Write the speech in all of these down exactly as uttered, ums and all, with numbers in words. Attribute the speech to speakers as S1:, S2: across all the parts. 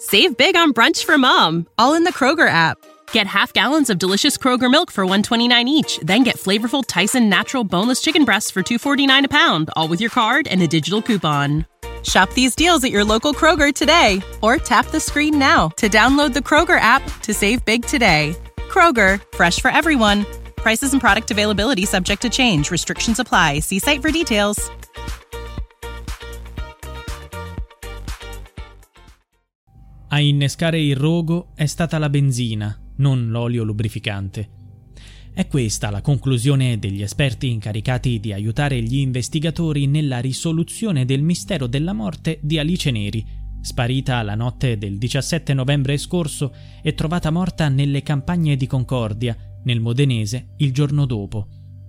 S1: Save big on brunch for mom, all in the Kroger app. Get half gallons of delicious Kroger milk for one dollar and twenty-nine cents each. Then get flavorful Tyson natural boneless chicken breasts for two dollars and forty-nine cents a pound, all with your card and a digital coupon. Shop these deals at your local Kroger today, or tap the screen now to download the Kroger app to save big today. Kroger, fresh for everyone. Prices and product availability subject to change. Restrictions apply. See site for details.
S2: A innescare il rogo è stata la benzina, non l'olio lubrificante. È questa la conclusione degli esperti incaricati di aiutare gli investigatori nella risoluzione del mistero della morte di Alice Neri, sparita la notte del diciassette novembre scorso e trovata morta nelle campagne di Concordia, nel Modenese, il giorno dopo.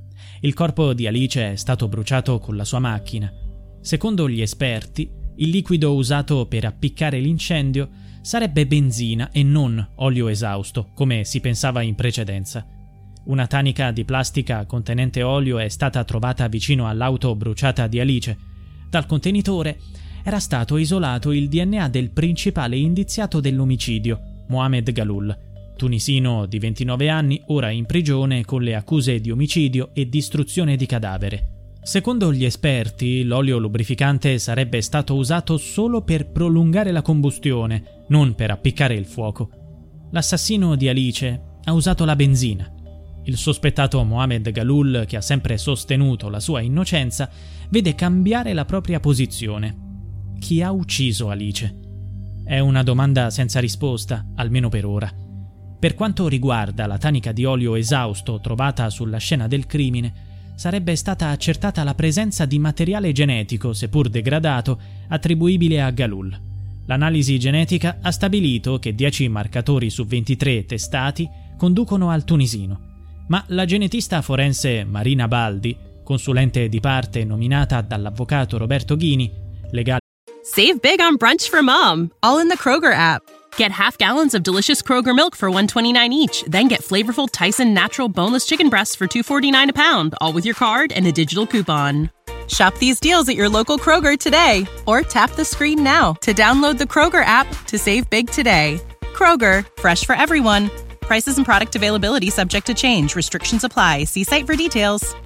S2: Il corpo di Alice è stato bruciato con la sua macchina. Secondo gli esperti, il liquido usato per appiccare l'incendio sarebbe benzina e non olio esausto, come si pensava in precedenza. Una tanica di plastica contenente olio è stata trovata vicino all'auto bruciata di Alice. Dal contenitore era stato isolato il D N A del principale indiziato dell'omicidio, Mohamed Galul, tunisino di ventinove anni, ora in prigione con le accuse di omicidio e distruzione di cadavere. Secondo gli esperti, l'olio lubrificante sarebbe stato usato solo per prolungare la combustione, non per appiccare il fuoco. L'assassino di Alice ha usato la benzina. Il sospettato Mohamed Galul, che ha sempre sostenuto la sua innocenza, vede cambiare la propria posizione. Chi ha ucciso Alice? È una domanda senza risposta, almeno per ora. Per quanto riguarda la tanica di olio esausto trovata sulla scena del crimine, sarebbe stata accertata la presenza di materiale genetico, seppur degradato, attribuibile a Galul. L'analisi genetica ha stabilito che dieci marcatori su ventitré testati conducono al tunisino. Ma la genetista forense Marina Baldi, consulente di parte nominata dall'avvocato Roberto Ghini, legale.
S1: Save big on brunch for mom, all in the Kroger app. Get half gallons of delicious Kroger milk for one dollar and twenty-nine cents each. Then get flavorful Tyson natural boneless chicken breasts for two dollars and forty-nine cents a pound, all with your card and a digital coupon. Shop these deals at your local Kroger today, or tap the screen now to download the Kroger app to save big today. Kroger, fresh for everyone. Prices and product availability subject to change. Restrictions apply. See site for details.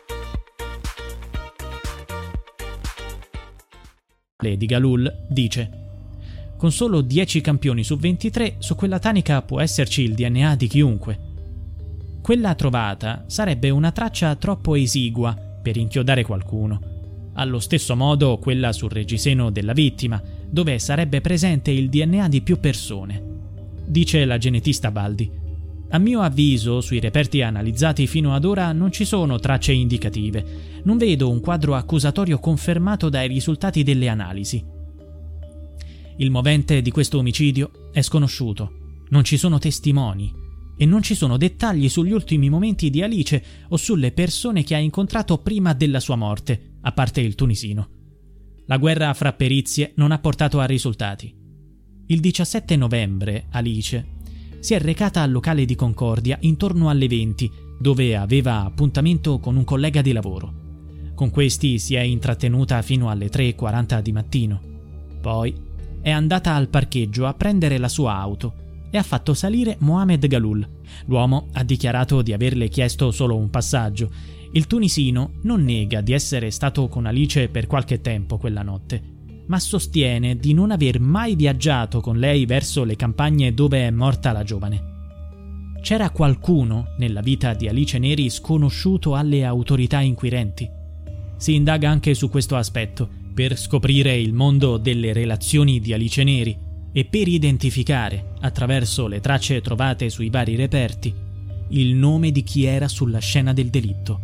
S2: Di Galul dice: con solo dieci campioni su ventitré su quella tanica può esserci il D N A di chiunque. Quella trovata sarebbe una traccia troppo esigua per inchiodare qualcuno. Allo stesso modo quella sul reggiseno della vittima, dove sarebbe presente il D N A di più persone. Dice la genetista Baldi: a mio avviso, sui reperti analizzati fino ad ora non ci sono tracce indicative. Non vedo un quadro accusatorio confermato dai risultati delle analisi. Il movente di questo omicidio è sconosciuto. Non ci sono testimoni e non ci sono dettagli sugli ultimi momenti di Alice o sulle persone che ha incontrato prima della sua morte, a parte il tunisino. La guerra fra perizie non ha portato a risultati. Il diciassette novembre Alice si è recata al locale di Concordia intorno alle venti, dove aveva appuntamento con un collega di lavoro. Con questi si è intrattenuta fino alle tre e quaranta di mattino. Poi è andata al parcheggio a prendere la sua auto e ha fatto salire Mohamed Galul. L'uomo ha dichiarato di averle chiesto solo un passaggio. Il tunisino non nega di essere stato con Alice per qualche tempo quella notte, ma sostiene di non aver mai viaggiato con lei verso le campagne dove è morta la giovane. C'era qualcuno nella vita di Alice Neri sconosciuto alle autorità inquirenti. Si indaga anche su questo aspetto per scoprire il mondo delle relazioni di Alice Neri e per identificare, attraverso le tracce trovate sui vari reperti, il nome di chi era sulla scena del delitto.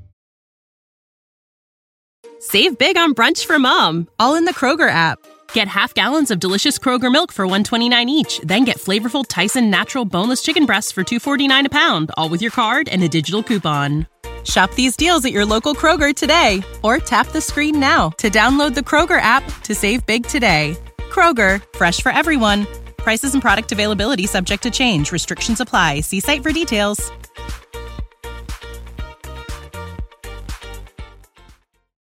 S1: Save big on brunch for mom, all in the Kroger app. Get half gallons of delicious Kroger milk for one dollar and twenty-nine cents each. Then get flavorful Tyson natural boneless chicken breasts for two dollars and forty-nine cents a pound, all with your card and a digital coupon. Shop these deals at your local Kroger today, or tap the screen now to download the Kroger app to save big today. Kroger, fresh for everyone. Prices and product availability subject to change. Restrictions apply. See site for details.